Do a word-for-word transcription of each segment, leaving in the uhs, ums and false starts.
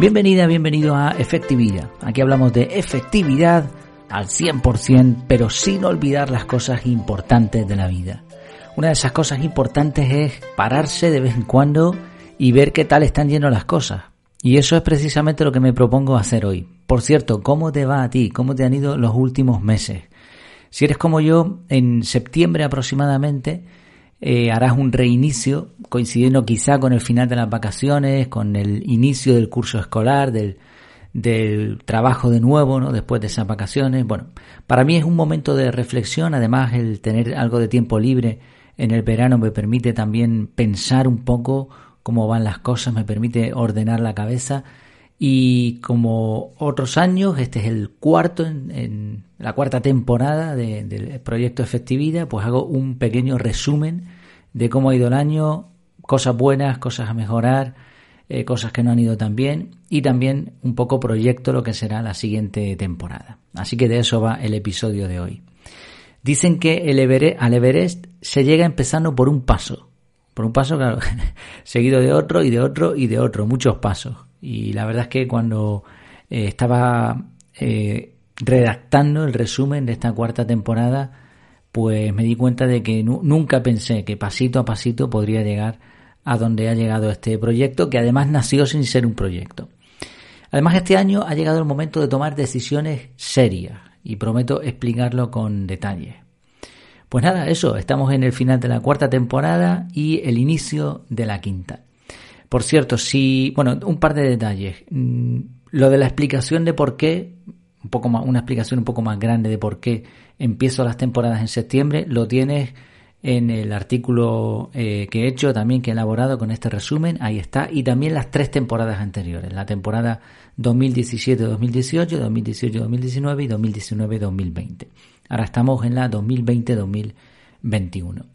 Bienvenida, bienvenido a Efectividad. Aquí hablamos de efectividad al cien por ciento, pero sin olvidar las cosas importantes de la vida. Una de esas cosas importantes es pararse de vez en cuando y ver qué tal están yendo las cosas. Y eso es precisamente lo que me propongo hacer hoy. Por cierto, ¿cómo te va a ti? ¿Cómo te han ido los últimos meses? Si eres como yo, en septiembre aproximadamente eh, harás un reinicio, coincidiendo quizá con el final de las vacaciones, con el inicio del curso escolar, del, del trabajo de nuevo, ¿no? Después de esas vacaciones. Bueno, para mí es un momento de reflexión. Además, el tener algo de tiempo libre en el verano me permite también pensar un poco cómo van las cosas, me permite ordenar la cabeza. Y como otros años, este es el cuarto, en, en la cuarta temporada de, del proyecto Efectividad, pues hago un pequeño resumen de cómo ha ido el año, cosas buenas, cosas a mejorar, eh, cosas que no han ido tan bien, y también un poco proyecto lo que será la siguiente temporada. Así que de eso va el episodio de hoy. Dicen que el Everest, al Everest se llega empezando por un paso, por un paso, claro, seguido de otro y de otro y de otro, muchos pasos. Y la verdad es que cuando eh, estaba eh, redactando el resumen de esta cuarta temporada, pues me di cuenta de que nu- nunca pensé que pasito a pasito podría llegar a donde ha llegado este proyecto, que además nació sin ser un proyecto. Además, este año ha llegado el momento de tomar decisiones serias y prometo explicarlo con detalle. Pues nada, eso, estamos en el final de la cuarta temporada y el inicio de la quinta. Por cierto, si, bueno, un par de detalles. Lo de la explicación de por qué, un poco más, una explicación un poco más grande de por qué empiezo las temporadas en septiembre, lo tienes en el artículo eh, que he hecho, también que he elaborado con este resumen, ahí está, y también las tres temporadas anteriores, la temporada dos mil diecisiete dos mil dieciocho, dos mil dieciocho dos mil diecinueve y dos mil diecinueve dos mil veinte. Ahora estamos en la dos mil veinte dos mil veintiuno.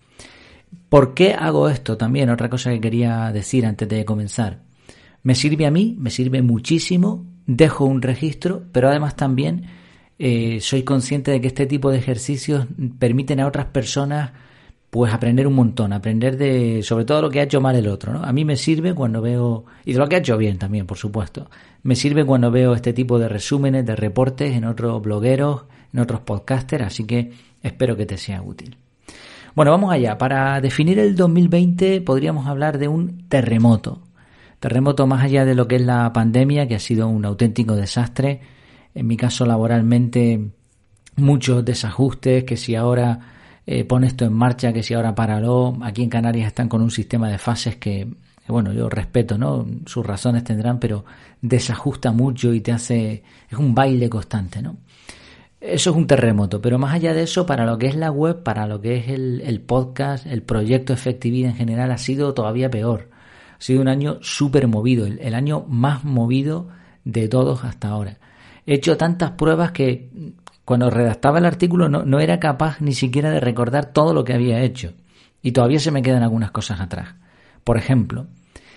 ¿Por qué hago esto? También otra cosa que quería decir antes de comenzar. Me sirve a mí, me sirve muchísimo, dejo un registro, pero además también eh, soy consciente de que este tipo de ejercicios permiten a otras personas pues aprender un montón, aprender de sobre todo lo que ha hecho mal el otro, ¿no? A mí me sirve cuando veo, y de lo que ha hecho bien también, por supuesto, me sirve cuando veo este tipo de resúmenes, de reportes en otros blogueros, en otros podcasters, así que espero que te sea útil. Bueno, vamos allá. Para definir el dos mil veinte podríamos hablar de un terremoto. Terremoto más allá de lo que es la pandemia, que ha sido un auténtico desastre. En mi caso, laboralmente, muchos desajustes, que si ahora eh, pone esto en marcha, que si ahora páralo. Aquí en Canarias están con un sistema de fases que, bueno, yo respeto, ¿no? Sus razones tendrán, pero desajusta mucho y te hace, es un baile constante, ¿no? Eso es un terremoto, pero más allá de eso, para lo que es la web, para lo que es el, el podcast, el proyecto Efectividad en general, ha sido todavía peor. Ha sido un año súper movido, el, el año más movido de todos hasta ahora. He hecho tantas pruebas que cuando redactaba el artículo no, no era capaz ni siquiera de recordar todo lo que había hecho. Y todavía se me quedan algunas cosas atrás. Por ejemplo,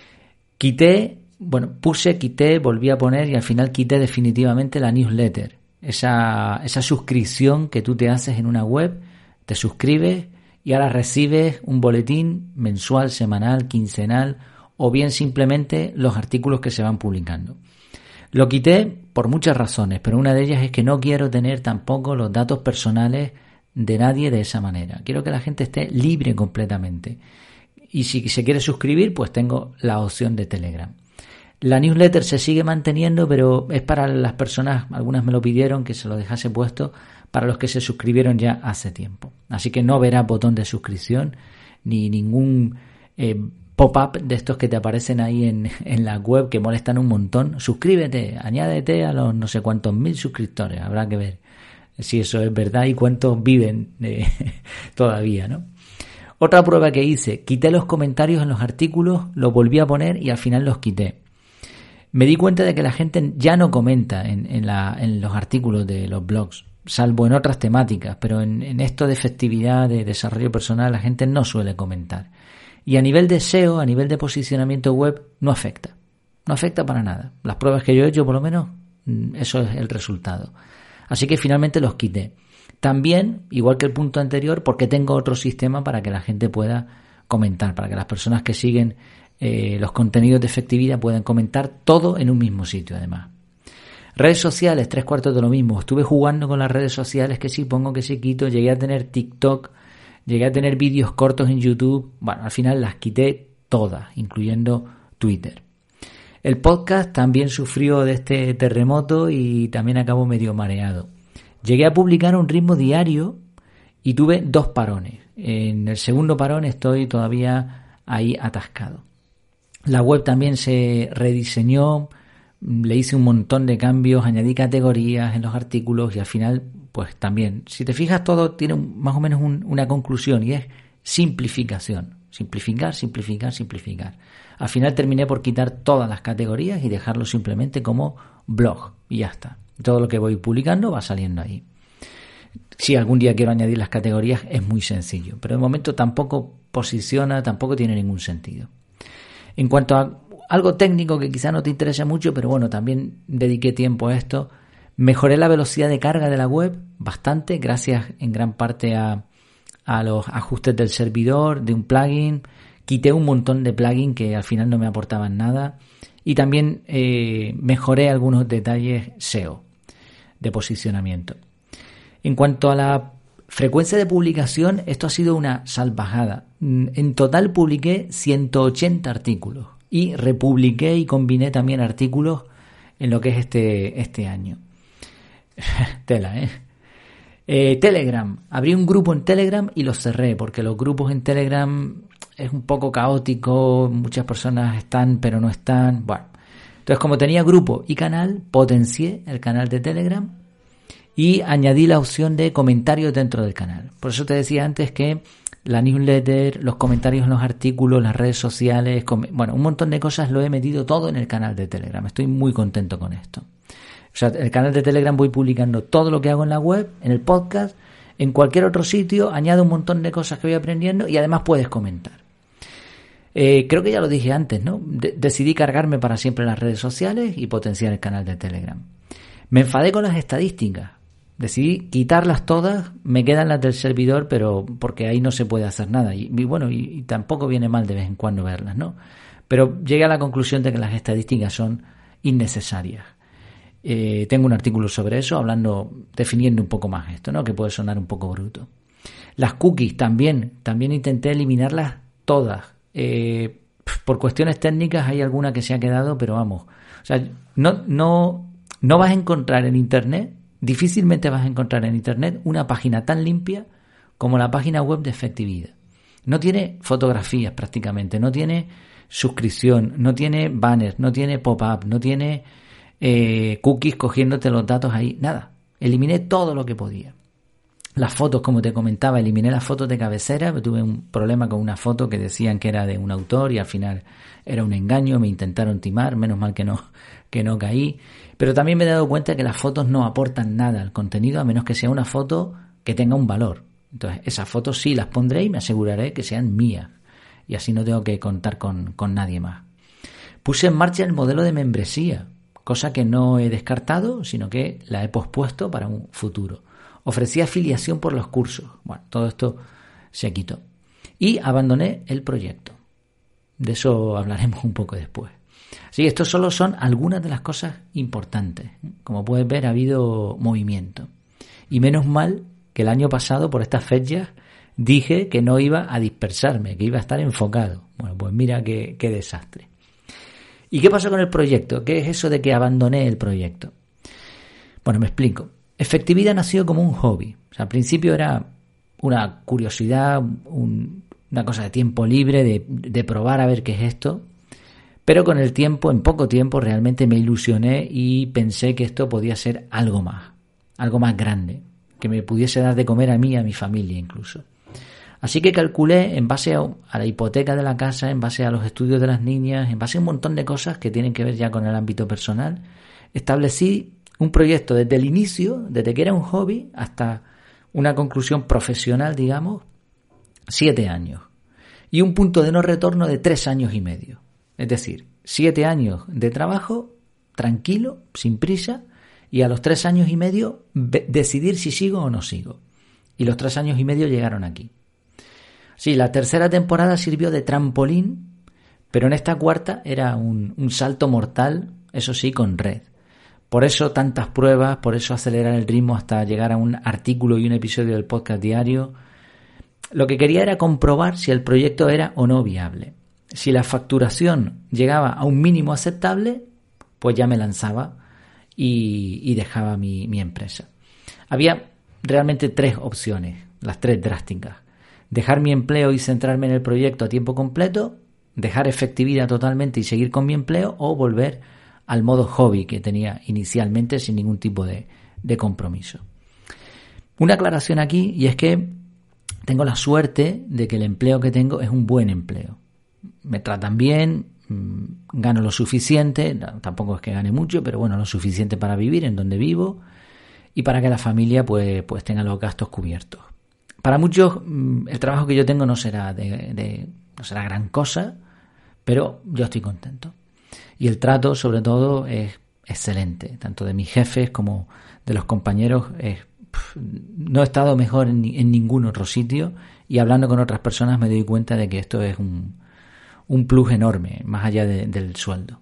quité, bueno, puse, quité, volví a poner y al final quité definitivamente la newsletter. Esa, esa suscripción que tú te haces en una web, te suscribes y ahora recibes un boletín mensual, semanal, quincenal o bien simplemente los artículos que se van publicando. Lo quité por muchas razones, pero una de ellas es que no quiero tener tampoco los datos personales de nadie de esa manera. Quiero que la gente esté libre completamente. Y si se quiere suscribir, pues tengo la opción de Telegram. La newsletter se sigue manteniendo, pero es para las personas, algunas me lo pidieron que se lo dejase puesto, para los que se suscribieron ya hace tiempo. Así que no verás botón de suscripción ni ningún eh, pop-up de estos que te aparecen ahí en, en la web que molestan un montón. Suscríbete, añádete a los no sé cuántos mil suscriptores. Habrá que ver si eso es verdad y cuántos viven eh, todavía, ¿no? Otra prueba que hice, quité los comentarios en los artículos, los volví a poner y al final los quité. Me di cuenta de que la gente ya no comenta en, en, la, en los artículos de los blogs, salvo en otras temáticas, pero en, en esto de efectividad, de desarrollo personal, la gente no suele comentar. Y a nivel de S E O, a nivel de posicionamiento web, no afecta. No afecta para nada. Las pruebas que yo he hecho, por lo menos, eso es el resultado. Así que finalmente los quité. También, igual que el punto anterior, porque tengo otro sistema para que la gente pueda comentar, para que las personas que siguen eh, los contenidos de efectividad, pueden comentar todo en un mismo sitio además. Redes sociales, tres cuartos de lo mismo. Estuve jugando con las redes sociales, que si pongo, que si quito. Llegué a tener TikTok, llegué a tener vídeos cortos en YouTube. Bueno, al final las quité todas, incluyendo Twitter. El podcast también sufrió de este terremoto y también acabó medio mareado. Llegué a publicar a un ritmo diario y tuve dos parones. En el segundo parón estoy todavía ahí atascado. La web también se rediseñó, le hice un montón de cambios, añadí categorías en los artículos y al final, pues también, si te fijas, todo tiene más o menos un, una conclusión y es simplificación. Simplificar, simplificar, simplificar. Al final terminé por quitar todas las categorías y dejarlo simplemente como blog y ya está. Todo lo que voy publicando va saliendo ahí. Si algún día quiero añadir las categorías es muy sencillo, pero de momento tampoco posiciona, tampoco tiene ningún sentido. En cuanto a algo técnico que quizá no te interese mucho, pero bueno, también dediqué tiempo a esto, mejoré la velocidad de carga de la web bastante, gracias en gran parte a, a los ajustes del servidor, de un plugin. Quité un montón de plugins que al final no me aportaban nada y también eh, mejoré algunos detalles S E O de posicionamiento. En cuanto a la frecuencia de publicación, esto ha sido una salvajada. En total publiqué ciento ochenta artículos y republiqué y combiné también artículos en lo que es este, este año. Tela, ¿eh? ¿eh? Telegram. Abrí un grupo en Telegram y lo cerré porque los grupos en Telegram es un poco caótico, muchas personas están pero no están. Bueno, entonces como tenía grupo y canal, potencié el canal de Telegram y añadí la opción de comentarios dentro del canal. Por eso te decía antes que la newsletter, los comentarios en los artículos, las redes sociales, com- bueno, un montón de cosas lo he metido todo en el canal de Telegram. Estoy muy contento con esto. O sea, el canal de Telegram voy publicando todo lo que hago en la web, en el podcast, en cualquier otro sitio, añado un montón de cosas que voy aprendiendo y además puedes comentar. Eh, creo que ya lo dije antes, ¿no? De- decidí cargarme para siempre las redes sociales y potenciar el canal de Telegram. Me enfadé con las estadísticas. Decidí quitarlas todas, me quedan las del servidor, pero porque ahí no se puede hacer nada. Y, y bueno, y, y tampoco viene mal de vez en cuando verlas, ¿no? Pero llegué a la conclusión de que las estadísticas son innecesarias. Eh, tengo un artículo sobre eso, hablando, definiendo un poco más esto, ¿no? Que puede sonar un poco bruto. Las cookies también, también intenté eliminarlas todas. Eh, por cuestiones técnicas hay alguna que se ha quedado, pero vamos, o sea, no, no, no vas a encontrar en internet, difícilmente vas a encontrar en internet una página tan limpia como la página web de efectividad. No tiene fotografías prácticamente, no tiene suscripción, no tiene banners, no tiene pop-up, no tiene eh, cookies cogiéndote los datos ahí, nada. Eliminé todo lo que podía. Las fotos, como te comentaba, eliminé las fotos de cabecera, tuve un problema con una foto que decían que era de un autor y al final era un engaño, me intentaron timar, menos mal que no, que no caí. Pero también me he dado cuenta que las fotos no aportan nada al contenido a menos que sea una foto que tenga un valor. Entonces esas fotos sí las pondré y me aseguraré que sean mías y así no tengo que contar con, con nadie más. Puse en marcha el modelo de membresía, cosa que no he descartado, sino que la he pospuesto para un futuro. Ofrecí afiliación por los cursos. Bueno, todo esto se quitó. Y abandoné el proyecto. De eso hablaremos un poco después. Así que estos solo son algunas de las cosas importantes. Como puedes ver, ha habido movimiento. Y menos mal que el año pasado, por estas fechas, dije que no iba a dispersarme, que iba a estar enfocado. Bueno, pues mira qué, qué desastre. ¿Y qué pasó con el proyecto? ¿Qué es eso de que abandoné el proyecto? Bueno, me explico. Efectividad nació como un hobby. O sea, al principio era una curiosidad, un, una cosa de tiempo libre, de, de probar a ver qué es esto. Pero con el tiempo, en poco tiempo, realmente me ilusioné y pensé que esto podía ser algo más, algo más grande, que me pudiese dar de comer a mí y a mi familia incluso. Así que calculé en base a, a la hipoteca de la casa, en base a los estudios de las niñas, en base a un montón de cosas que tienen que ver ya con el ámbito personal, establecí un proyecto desde el inicio, desde que era un hobby hasta una conclusión profesional, digamos, siete años. Y un punto de no retorno de tres años y medio. Es decir, siete años de trabajo, tranquilo, sin prisa, y a los tres años y medio be- decidir si sigo o no sigo. Y los tres años y medio llegaron aquí. Sí, la tercera temporada sirvió de trampolín Pero en esta cuarta era un, un salto mortal, eso sí, con red. Por eso tantas pruebas, por eso acelerar el ritmo hasta llegar a un artículo y un episodio del podcast diario. Lo que quería era comprobar si el proyecto era o no viable. Si la facturación llegaba a un mínimo aceptable, pues ya me lanzaba y, y dejaba mi, mi empresa. Había realmente tres opciones, las tres drásticas. Dejar mi empleo y centrarme en el proyecto a tiempo completo, dejar efectividad totalmente y seguir con mi empleo, o volver al modo hobby que tenía inicialmente sin ningún tipo de, de compromiso. Una aclaración aquí, y es que tengo la suerte de que el empleo que tengo es un buen empleo. Me tratan bien, gano lo suficiente, tampoco es que gane mucho, pero bueno, lo suficiente para vivir en donde vivo y para que la familia pues, pues tenga los gastos cubiertos. Para muchos el trabajo que yo tengo no será de, de no será gran cosa, pero yo estoy contento. Y el trato, sobre todo, es excelente, tanto de mis jefes como de los compañeros. Es, pff, no he estado mejor en, en ningún otro sitio, y hablando con otras personas me doy cuenta de que esto es un, un plus enorme, más allá de, del sueldo.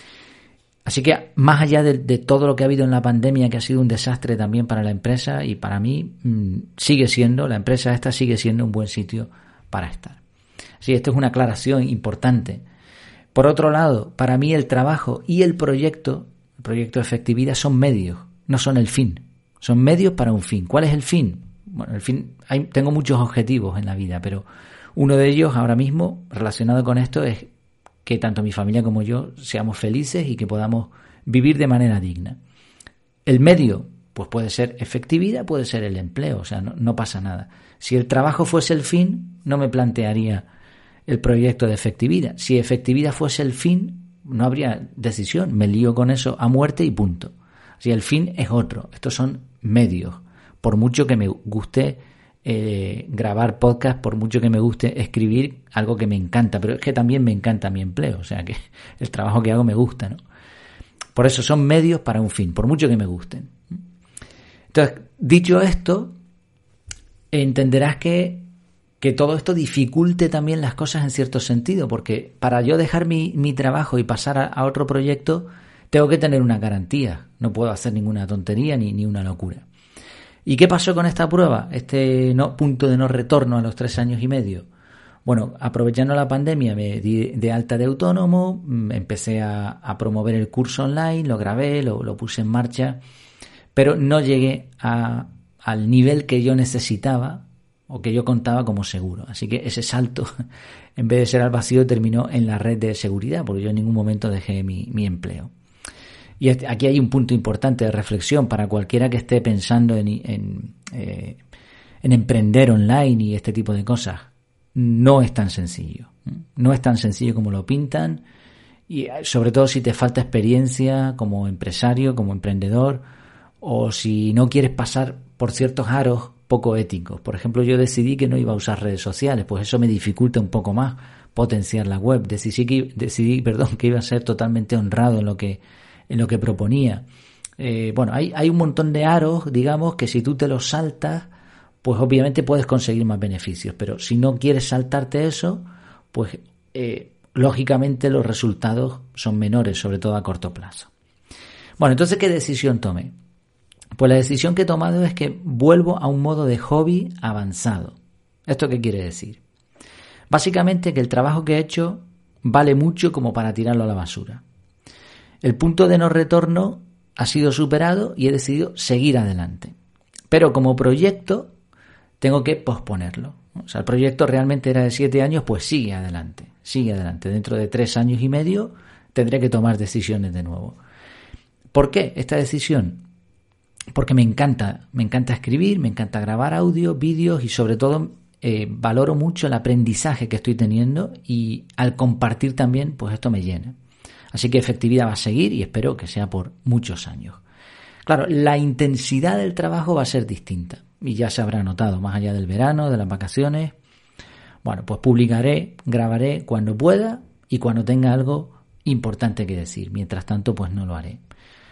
Así que, más allá de, de todo lo que ha habido en la pandemia, que ha sido un desastre también para la empresa y para mí, mmm, sigue siendo, la empresa esta sigue siendo un buen sitio para estar. Así que esto es una aclaración importante. Por otro lado, para mí el trabajo y el proyecto, el proyecto de efectividad, son medios, no son el fin. Son medios para un fin. ¿Cuál es el fin? Bueno, el fin, hay, tengo muchos objetivos en la vida, pero uno de ellos ahora mismo relacionado con esto es que tanto mi familia como yo seamos felices y que podamos vivir de manera digna. El medio, pues puede ser efectividad, puede ser el empleo, o sea, no, no pasa nada. Si el trabajo fuese el fin, no me plantearía el proyecto de efectividad. Si efectividad fuese el fin, no habría decisión. Me lío con eso a muerte y punto. Si el fin es otro. Estos son medios. Por mucho que me guste eh, grabar podcast, por mucho que me guste escribir, algo que me encanta. Pero es que también me encanta mi empleo. O sea que el trabajo que hago me gusta, ¿no? Por eso son medios para un fin, por mucho que me gusten. Entonces, dicho esto, entenderás que que todo esto dificulte también las cosas en cierto sentido, porque para yo dejar mi, mi trabajo y pasar a, a otro proyecto, tengo que tener una garantía. No puedo hacer ninguna tontería ni, ni una locura. ¿Y qué pasó con esta prueba? Este no, punto de no retorno a los tres años y medio. Bueno, aprovechando la pandemia me di de alta de autónomo, empecé a, a promover el curso online, lo grabé, lo, lo puse en marcha, pero no llegué a, al nivel que yo necesitaba o que yo contaba como seguro. Así que ese salto, en vez de ser al vacío, terminó en la red de seguridad, porque yo en ningún momento dejé mi, mi empleo. Y aquí hay un punto importante de reflexión para cualquiera que esté pensando en, en, eh, en emprender online y este tipo de cosas. No es tan sencillo. No es tan sencillo como lo pintan, y sobre todo si te falta experiencia como empresario, como emprendedor, o si no quieres pasar por ciertos aros poco éticos. Por ejemplo, yo decidí que no iba a usar redes sociales, pues eso me dificulta un poco más potenciar la web. Decidí que, decidí, perdón, que iba a ser totalmente honrado en lo que, en lo que proponía. Eh, bueno, hay, hay un montón de aros, digamos, que si tú te los saltas, pues obviamente puedes conseguir más beneficios, pero si no quieres saltarte eso, pues eh, lógicamente los resultados son menores, sobre todo a corto plazo. Bueno, entonces, ¿qué decisión tomé? Pues la decisión que he tomado es que vuelvo a un modo de hobby avanzado. ¿Esto qué quiere decir? Básicamente que el trabajo que he hecho vale mucho como para tirarlo a la basura. El punto de no retorno ha sido superado y he decidido seguir adelante. Pero como proyecto tengo que posponerlo. O sea, el proyecto realmente era de siete años, pues sigue adelante, sigue adelante. Dentro de tres años y medio tendré que tomar decisiones de nuevo. ¿Por qué esta decisión? Porque me encanta, me encanta escribir, me encanta grabar audio, vídeos y sobre todo eh, valoro mucho el aprendizaje que estoy teniendo y al compartir también, pues esto me llena. Así que efectividad va a seguir y espero que sea por muchos años. Claro, la intensidad del trabajo va a ser distinta y ya se habrá notado, más allá del verano, de las vacaciones. Bueno, pues publicaré, grabaré cuando pueda y cuando tenga algo importante que decir. Mientras tanto, pues no lo haré.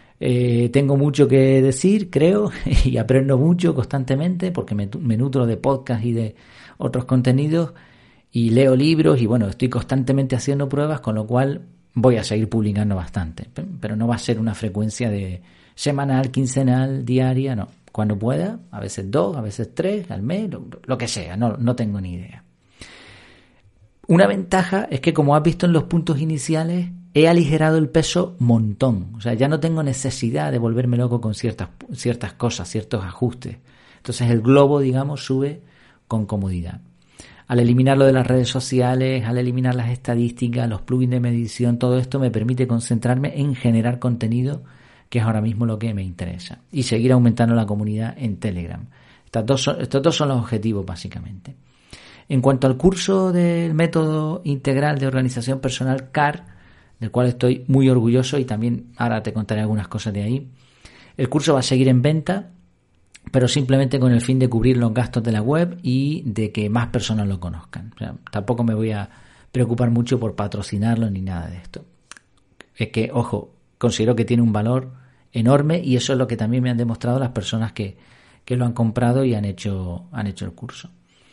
Eh, tengo mucho que decir, creo, y aprendo mucho constantemente porque me, me nutro de podcast y de otros contenidos y leo libros y bueno, estoy constantemente haciendo pruebas, con lo cual voy a seguir publicando bastante, pero no va a ser una frecuencia de semanal, quincenal, diaria, no. Cuando pueda, a veces dos, a veces tres, al mes, lo, lo que sea, no, no tengo ni idea. Una ventaja es que, como has visto en los puntos iniciales, he aligerado el peso montón. O sea, ya no tengo necesidad de volverme loco con ciertas, ciertas cosas, ciertos ajustes. Entonces el globo, digamos, sube con comodidad. Al eliminarlo de las redes sociales, al eliminar las estadísticas, los plugins de medición, todo esto me permite concentrarme en generar contenido, que es ahora mismo lo que me interesa, y seguir aumentando la comunidad en Telegram. Estas dos son, estos dos son los objetivos, básicamente. En cuanto al curso del método integral de organización personal C A R, del cual estoy muy orgulloso y también ahora te contaré algunas cosas de ahí, el curso va a seguir en venta, pero simplemente con el fin de cubrir los gastos de la web y de que más personas lo conozcan. O sea, tampoco me voy a preocupar mucho por patrocinarlo ni nada de esto. Es que, ojo, considero que tiene un valor enorme y eso es lo que también me han demostrado las personas que, que lo han comprado y han hecho, han hecho el curso.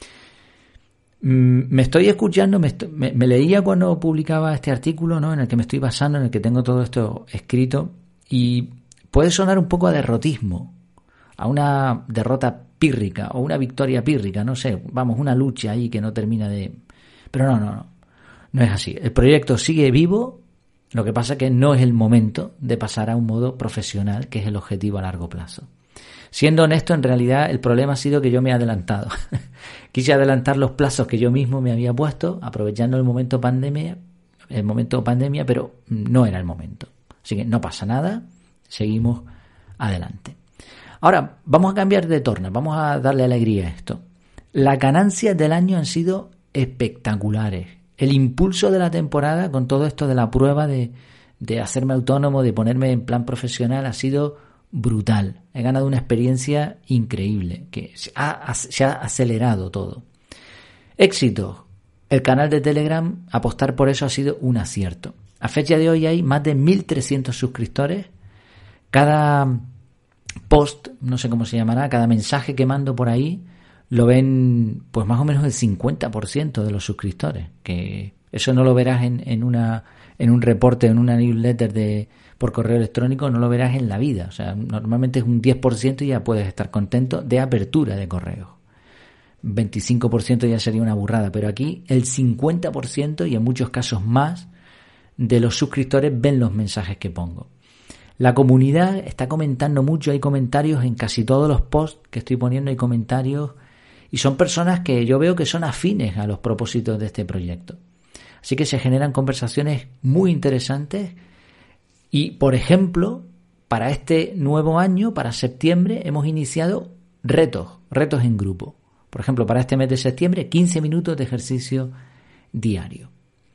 Me estoy escuchando, me, estoy, me, me leía cuando publicaba este artículo, ¿no?, en el que me estoy basando, en el que tengo todo esto escrito, y puede sonar un poco a derrotismo, a una derrota pírrica o una victoria pírrica, no sé, vamos, una lucha ahí que no termina de... Pero no, no, no, no es así. El proyecto sigue vivo, lo que pasa es que no es el momento de pasar a un modo profesional, que es el objetivo a largo plazo. Siendo honesto, en realidad el problema ha sido que yo me he adelantado. Quise adelantar los plazos que yo mismo me había puesto, aprovechando el momento pandemia, el momento pandemia, pero no era el momento. Así que no pasa nada, seguimos adelante. Ahora, vamos a cambiar de torna, vamos a darle alegría a esto. Las ganancias del año han sido espectaculares. El impulso de la temporada, con todo esto de la prueba de, de hacerme autónomo, de ponerme en plan profesional, ha sido brutal. He ganado una experiencia increíble, que se ha, se ha acelerado todo. Éxito. El canal de Telegram, apostar por eso ha sido un acierto. A fecha de hoy hay más de mil trescientos suscriptores. Cada post, no sé cómo se llamará, cada mensaje que mando por ahí, lo ven pues más o menos el cincuenta por ciento de los suscriptores. Que eso no lo verás en, en, una, en un reporte, en una newsletter de... por correo electrónico, no lo verás en la vida. O sea, normalmente es un diez por ciento y ya puedes estar contento de apertura de correos. veinticinco por ciento ya sería una burrada, pero aquí el cincuenta por ciento y en muchos casos más de los suscriptores ven los mensajes que pongo. La comunidad está comentando mucho, hay comentarios en casi todos los posts que estoy poniendo, hay comentarios y son personas que yo veo que son afines a los propósitos de este proyecto. Así que se generan conversaciones muy interesantes. Y, por ejemplo, para este nuevo año, para septiembre, hemos iniciado retos, retos en grupo. Por ejemplo, para este mes de septiembre, quince minutos de ejercicio diario.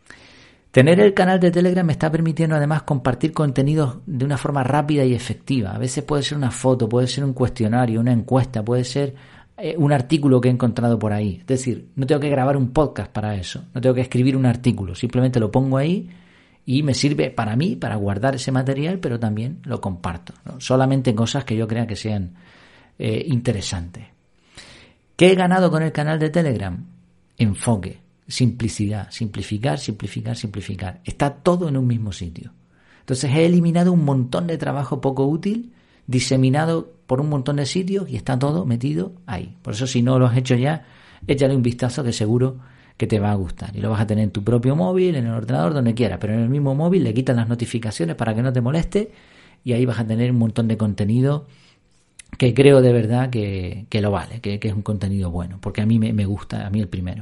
Tener el canal de Telegram me está permitiendo además compartir contenidos de una forma rápida y efectiva. A veces puede ser una foto, puede ser un cuestionario, una encuesta, puede ser eh, un artículo que he encontrado por ahí. Es decir, no tengo que grabar un podcast para eso, no tengo que escribir un artículo, simplemente lo pongo ahí y me sirve para mí, para guardar ese material, pero también lo comparto, ¿no? Solamente cosas que yo crea que sean eh, interesantes. ¿Qué he ganado con el canal de Telegram? Enfoque, simplicidad, simplificar, simplificar, simplificar. Está todo en un mismo sitio. Entonces he eliminado un montón de trabajo poco útil, diseminado por un montón de sitios y está todo metido ahí. Por eso, si no lo has hecho ya, échale un vistazo que seguro que te va a gustar. Y lo vas a tener en tu propio móvil, en el ordenador, donde quieras, pero en el mismo móvil le quitas las notificaciones para que no te moleste y ahí vas a tener un montón de contenido que creo de verdad que, que lo vale, que, que es un contenido bueno, porque a mí me, me gusta, a mí el primero.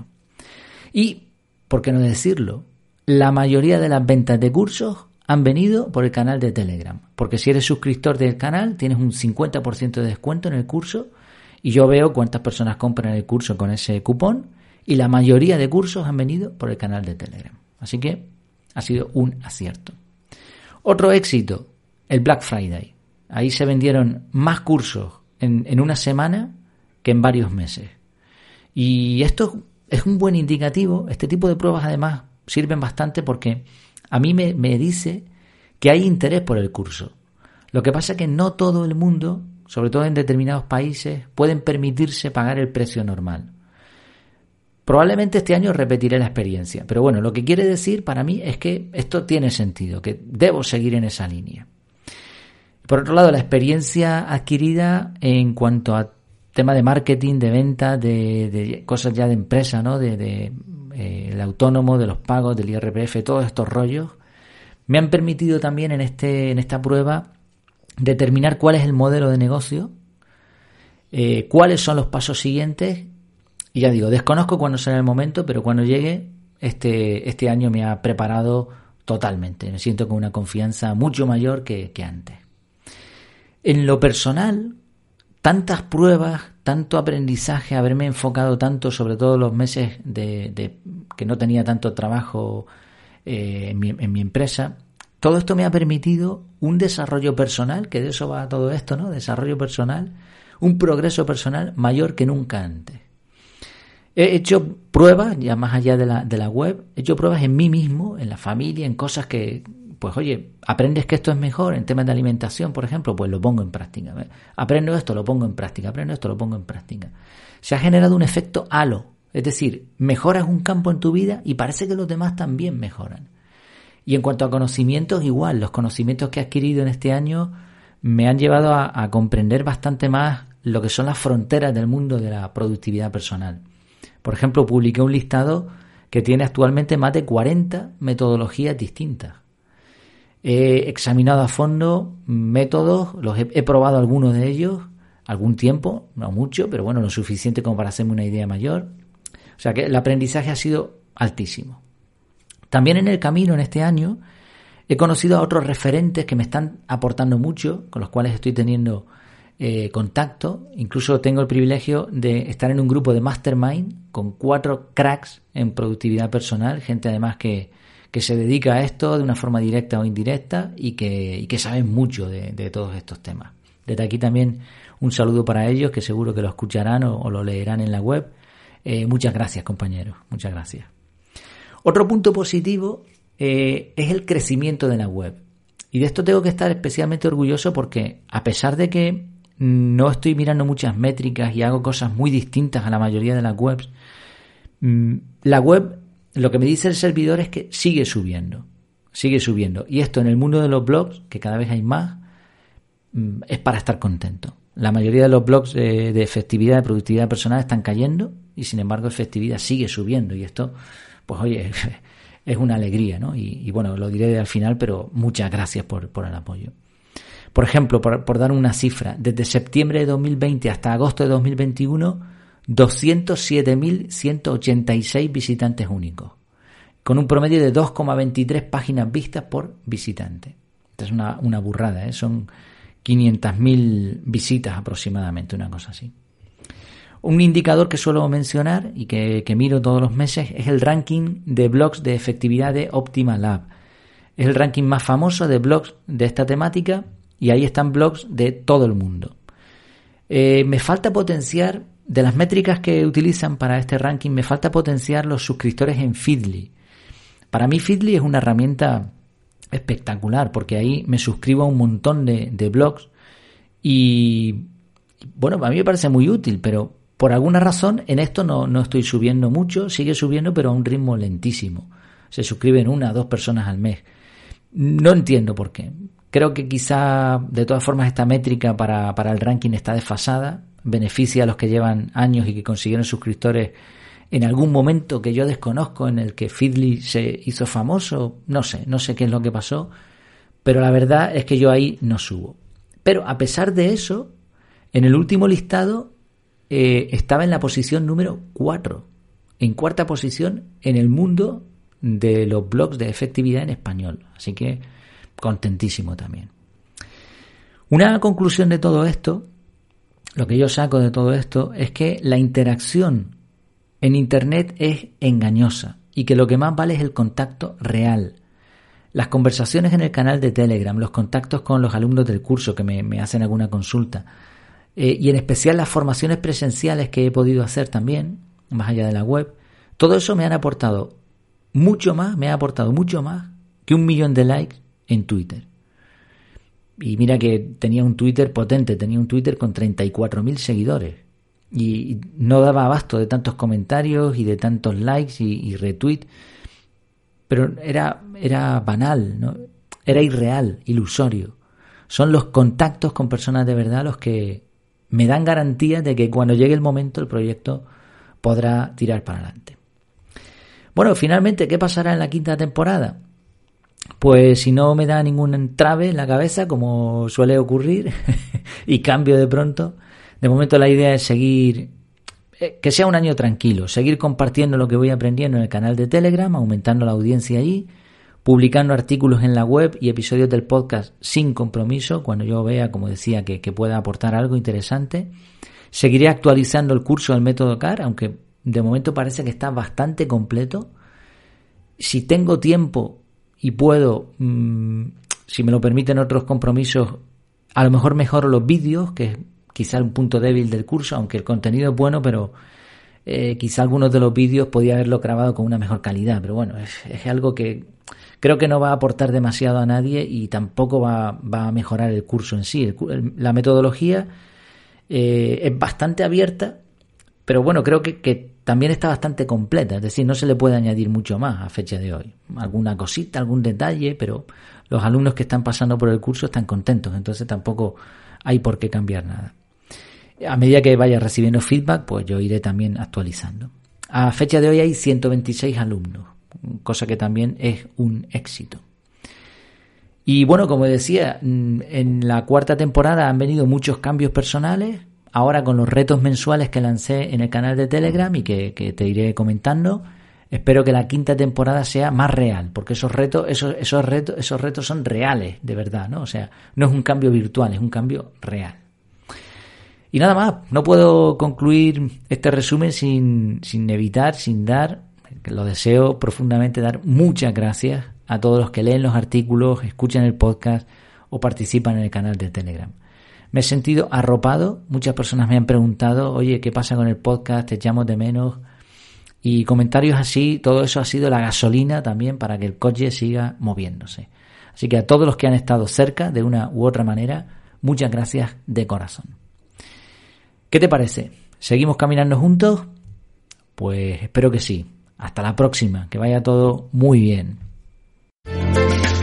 Y, ¿por qué no decirlo? La mayoría de las ventas de cursos han venido por el canal de Telegram, porque si eres suscriptor del canal tienes un cincuenta por ciento de descuento en el curso y yo veo cuántas personas compran el curso con ese cupón y la mayoría de cursos han venido por el canal de Telegram. Así que ha sido un acierto. Otro éxito, el Black Friday. Ahí se vendieron más cursos en, en una semana que en varios meses. Y esto es un buen indicativo. Este tipo de pruebas además sirven bastante porque a mí me, me dice que hay interés por el curso. Lo que pasa es que no todo el mundo, sobre todo en determinados países, pueden permitirse pagar el precio normal. Probablemente este año repetiré la experiencia, pero bueno, lo que quiere decir para mí es que esto tiene sentido, que debo seguir en esa línea. Por otro lado, la experiencia adquirida en cuanto a tema de marketing, de venta, de, de cosas ya de empresa, ¿no? De, de eh, el autónomo, de los pagos, del I R P F, todos estos rollos, me han permitido también en este en esta prueba determinar cuál es el modelo de negocio, eh, cuáles son los pasos siguientes. Y ya digo, desconozco cuándo será el momento, pero cuando llegue, este, este año me ha preparado totalmente. Me siento con una confianza mucho mayor que, que antes. En lo personal, tantas pruebas, tanto aprendizaje, haberme enfocado tanto, sobre todo los meses de, de que no tenía tanto trabajo eh, en, mi, en mi empresa, todo esto me ha permitido un desarrollo personal, que de eso va todo esto, ¿no? Desarrollo personal, un progreso personal mayor que nunca antes. He hecho pruebas, ya más allá de la, de la web, he hecho pruebas en mí mismo, en la familia, en cosas que, pues oye, aprendes que esto es mejor en temas de alimentación, por ejemplo, pues lo pongo en práctica. Aprendo esto, lo pongo en práctica, aprendo esto, lo pongo en práctica. Se ha generado un efecto halo, es decir, mejoras un campo en tu vida y parece que los demás también mejoran. Y en cuanto a conocimientos, igual, los conocimientos que he adquirido en este año me han llevado a, a comprender bastante más lo que son las fronteras del mundo de la productividad personal. Por ejemplo, publiqué un listado que tiene actualmente más de cuarenta metodologías distintas. He examinado a fondo métodos, los he, he probado algunos de ellos, algún tiempo, no mucho, pero bueno, lo suficiente como para hacerme una idea mayor. O sea que el aprendizaje ha sido altísimo. También en el camino, en este año, he conocido a otros referentes que me están aportando mucho, con los cuales estoy teniendo Eh, contacto. Incluso tengo el privilegio de estar en un grupo de mastermind con cuatro cracks en productividad personal, gente además que, que se dedica a esto de una forma directa o indirecta y que, y que saben mucho de, de todos estos temas. Desde aquí también un saludo para ellos, que seguro que lo escucharán o, o lo leerán en la web. Eh, muchas gracias, compañeros, muchas gracias. Otro punto positivo eh, es el crecimiento de la web. Y de esto tengo que estar especialmente orgulloso porque, a pesar de que no estoy mirando muchas métricas y hago cosas muy distintas a la mayoría de las webs, la web, lo que me dice el servidor es que sigue subiendo, sigue subiendo. Y esto en el mundo de los blogs, que cada vez hay más, es para estar contento. La mayoría de los blogs de, de efectividad, de productividad personal están cayendo y sin embargo efectividad sigue subiendo. Y esto, pues oye, es una alegría, ¿no? Y, y bueno, lo diré al final, pero muchas gracias por, por el apoyo. Por ejemplo, por, por dar una cifra, desde septiembre de dos mil veinte hasta agosto de dos mil veintiuno, doscientos siete mil ciento ochenta y seis visitantes únicos, con un promedio de dos coma veintitrés páginas vistas por visitante. Esta es una, una burrada, ¿eh? Son quinientas mil visitas aproximadamente, una cosa así. Un indicador que suelo mencionar y que, que miro todos los meses es el ranking de blogs de efectividad de Optimalab. Es el ranking más famoso de blogs de esta temática y ahí están blogs de todo el mundo. Eh, me falta potenciar, de las métricas que utilizan para este ranking, me falta potenciar los suscriptores en Feedly. Para mí Feedly es una herramienta espectacular porque ahí me suscribo a un montón de, de blogs y bueno, a mí me parece muy útil, pero por alguna razón en esto no, no estoy subiendo mucho, sigue subiendo pero a un ritmo lentísimo. Se suscriben una o dos personas al mes. No entiendo por qué. Creo que quizá de todas formas esta métrica para, para el ranking está desfasada, beneficia a los que llevan años y que consiguieron suscriptores en algún momento que yo desconozco en el que Feedly se hizo famoso, no sé, no sé qué es lo que pasó, pero la verdad es que yo ahí no subo. Pero a pesar de eso, en el último listado eh, estaba en la posición número cuatro, en cuarta posición en el mundo de los blogs de efectividad en español, así que contentísimo también. Una conclusión de todo esto, lo que yo saco de todo esto, es que la interacción en Internet es engañosa y que lo que más vale es el contacto real. Las conversaciones en el canal de Telegram, los contactos con los alumnos del curso que me, me hacen alguna consulta eh, y en especial las formaciones presenciales que he podido hacer también, más allá de la web, todo eso me han aportado mucho más, me ha aportado mucho más que un millón de likes en Twitter. Y mira que tenía un Twitter potente, tenía un Twitter con treinta y cuatro mil seguidores. y no daba abasto de tantos comentarios y de tantos likes y, y retweets, pero era, era banal, ¿no? Era irreal, ilusorio. Son los contactos con personas de verdad los que me dan garantía de que cuando llegue el momento el proyecto podrá tirar para adelante. Bueno, finalmente, ¿qué pasará en la quinta temporada? Pues si no me da ningún trave en la cabeza, como suele ocurrir, y cambio de pronto, de momento la idea es seguir, eh, que sea un año tranquilo, seguir compartiendo lo que voy aprendiendo en el canal de Telegram, aumentando la audiencia allí, publicando artículos en la web y episodios del podcast sin compromiso, cuando yo vea, como decía, que, que pueda aportar algo interesante. Seguiré actualizando el curso del método C A R, aunque de momento parece que está bastante completo. Si tengo tiempo y puedo, mmm, si me lo permiten otros compromisos, a lo mejor mejoro los vídeos, que es quizá un punto débil del curso, aunque el contenido es bueno, pero eh, quizá algunos de los vídeos podía haberlo grabado con una mejor calidad. Pero bueno, es, es algo que creo que no va a aportar demasiado a nadie y tampoco va, va a mejorar el curso en sí. El, el, la metodología eh, es bastante abierta, pero bueno, creo que, que también está bastante completa, es decir, no se le puede añadir mucho más a fecha de hoy. Alguna cosita, algún detalle, pero los alumnos que están pasando por el curso están contentos, entonces tampoco hay por qué cambiar nada. A medida que vaya recibiendo feedback, pues yo iré también actualizando. A fecha de hoy hay ciento veintiséis alumnos, cosa que también es un éxito. Y bueno, como decía, en la cuarta temporada han venido muchos cambios personales. Ahora con los retos mensuales que lancé en el canal de Telegram y que, que te iré comentando, espero que la quinta temporada sea más real, porque esos retos, esos, esos retos, esos retos son reales, de verdad, ¿no? O sea, no es un cambio virtual, es un cambio real. Y nada más, no puedo concluir este resumen sin, sin evitar, sin dar, lo deseo profundamente, dar muchas gracias a todos los que leen los artículos, escuchan el podcast o participan en el canal de Telegram. Me he sentido arropado, muchas personas me han preguntado, oye, ¿qué pasa con el podcast? Te echamos de menos. Y comentarios así, todo eso ha sido la gasolina también para que el coche siga moviéndose. Así que a todos los que han estado cerca, de una u otra manera, muchas gracias de corazón. ¿Qué te parece? ¿Seguimos caminando juntos? Pues espero que sí. Hasta la próxima, que vaya todo muy bien.